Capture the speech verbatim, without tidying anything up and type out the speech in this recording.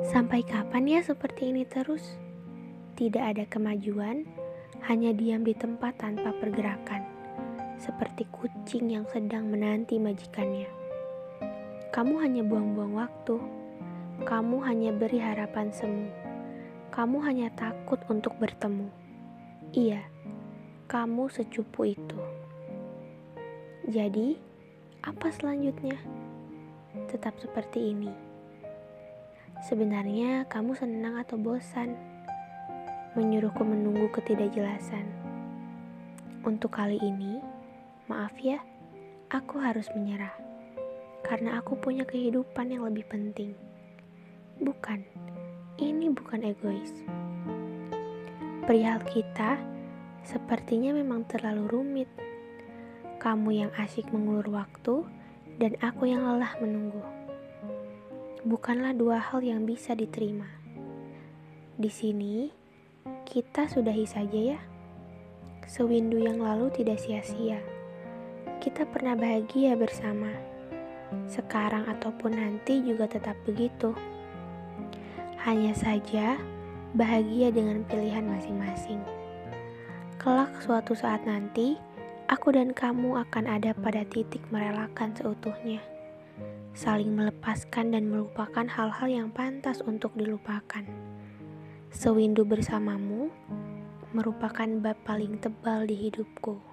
Sampai kapan ya seperti ini terus? Tidak ada kemajuan, hanya diam di tempat tanpa pergerakan, seperti kucing yang sedang menanti majikannya. Kamu hanya buang-buang waktu, kamu hanya beri harapan semu, kamu hanya takut untuk bertemu. Iya, kamu secupu itu. Jadi, apa selanjutnya? Tetap seperti ini. Sebenarnya kamu senang atau bosan? Menyuruhku menunggu ketidakjelasan. Untuk kali ini, maaf ya, aku harus menyerah. Karena aku punya kehidupan yang lebih penting. Bukan, ini bukan egois. Perihal kita, sepertinya memang terlalu rumit. Kamu yang asyik mengulur waktu, dan aku yang lelah menunggu. Bukanlah dua hal yang bisa diterima. Di sini, kita sudahi saja ya. Sewindu yang lalu tidak sia-sia. Kita pernah bahagia bersama. Sekarang ataupun nanti juga tetap begitu. Hanya saja, bahagia dengan pilihan masing-masing. Kelak suatu saat nanti, aku dan kamu akan ada pada titik merelakan seutuhnya. Saling melepaskan dan melupakan hal-hal yang pantas untuk dilupakan. Sewindu bersamamu merupakan bab paling tebal di hidupku.